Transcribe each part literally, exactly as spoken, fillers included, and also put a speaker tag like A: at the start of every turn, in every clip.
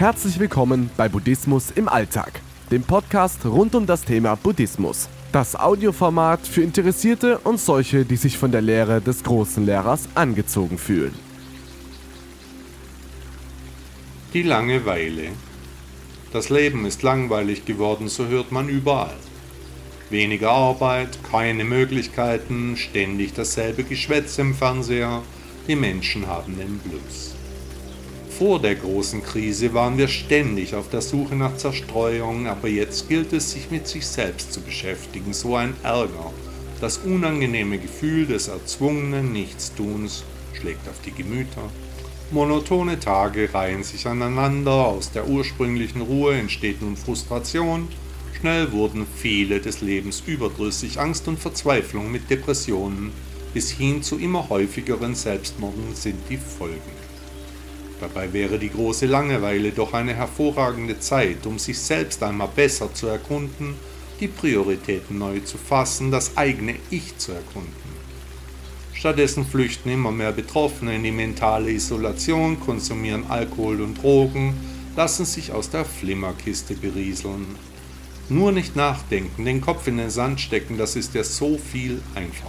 A: Herzlich willkommen bei Buddhismus im Alltag, dem Podcast rund um das Thema Buddhismus. Das Audioformat für Interessierte und solche, die sich von der Lehre des großen Lehrers angezogen fühlen.
B: Die Langeweile. Das Leben ist langweilig geworden, so hört man überall. Weniger Arbeit, keine Möglichkeiten, ständig dasselbe Geschwätz im Fernseher, die Menschen haben den Blues. Vor der großen Krise waren wir ständig auf der Suche nach Zerstreuung, aber jetzt gilt es, sich mit sich selbst zu beschäftigen. So ein Ärger. Das unangenehme Gefühl des erzwungenen Nichtstuns schlägt auf die Gemüter. Monotone Tage reihen sich aneinander, aus der ursprünglichen Ruhe entsteht nun Frustration. Schnell wurden viele des Lebens überdrüssig, Angst und Verzweiflung mit Depressionen bis hin zu immer häufigeren Selbstmorden sind die Folgen. Dabei wäre die große Langeweile doch eine hervorragende Zeit, um sich selbst einmal besser zu erkunden, die Prioritäten neu zu fassen, das eigene Ich zu erkunden. Stattdessen flüchten immer mehr Betroffene in die mentale Isolation, konsumieren Alkohol und Drogen, lassen sich aus der Flimmerkiste berieseln. Nur nicht nachdenken, den Kopf in den Sand stecken, das ist ja so viel einfacher.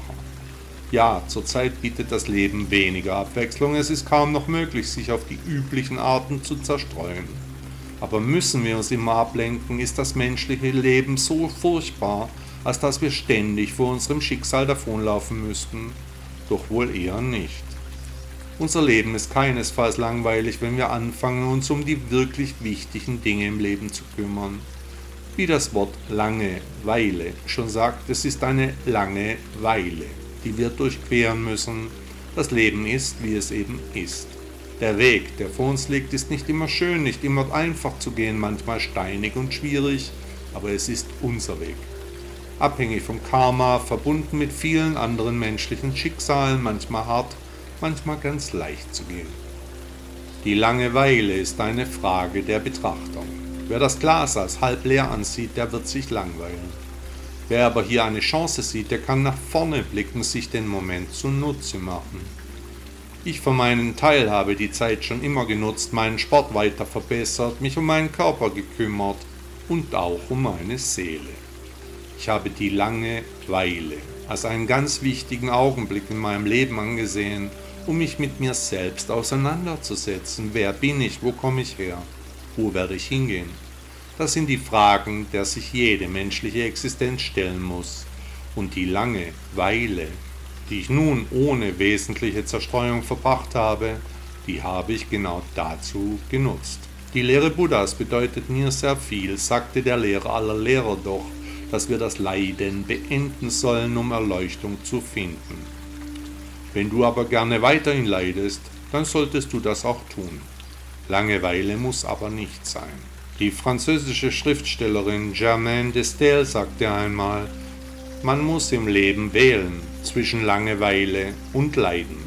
B: Ja, zurzeit bietet das Leben weniger Abwechslung, es ist kaum noch möglich, sich auf die üblichen Arten zu zerstreuen. Aber müssen wir uns immer ablenken, ist das menschliche Leben so furchtbar, als dass wir ständig vor unserem Schicksal davonlaufen müssten? Doch wohl eher nicht. Unser Leben ist keinesfalls langweilig, wenn wir anfangen, uns um die wirklich wichtigen Dinge im Leben zu kümmern. Wie das Wort Langeweile schon sagt, es ist eine lange Weile, die wir durchqueren müssen. Das Leben ist, wie es eben ist. Der Weg, der vor uns liegt, ist nicht immer schön, nicht immer einfach zu gehen, manchmal steinig und schwierig, aber es ist unser Weg. Abhängig vom Karma, verbunden mit vielen anderen menschlichen Schicksalen, manchmal hart, manchmal ganz leicht zu gehen. Die Langeweile ist eine Frage der Betrachtung. Wer das Glas als halb leer ansieht, der wird sich langweilen. Wer aber hier eine Chance sieht, der kann nach vorne blicken, sich den Moment zunutze machen. Ich für meinen Teil habe die Zeit schon immer genutzt, meinen Sport weiter verbessert, mich um meinen Körper gekümmert und auch um meine Seele. Ich habe die Langeweile als einen ganz wichtigen Augenblick in meinem Leben angesehen, um mich mit mir selbst auseinanderzusetzen. Wer bin ich? Wo komme ich her? Wo werde ich hingehen? Das sind die Fragen, der sich jede menschliche Existenz stellen muss. Und die Langeweile, die ich nun ohne wesentliche Zerstreuung verbracht habe, die habe ich genau dazu genutzt. Die Lehre Buddhas bedeutet mir sehr viel, sagte der Lehrer aller Lehrer doch, dass wir das Leiden beenden sollen, um Erleuchtung zu finden. Wenn du aber gerne weiterhin leidest, dann solltest du das auch tun. Langeweile muss aber nicht sein. Die französische Schriftstellerin Germaine de Staël sagte einmal, man muss im Leben wählen zwischen Langeweile und Leiden.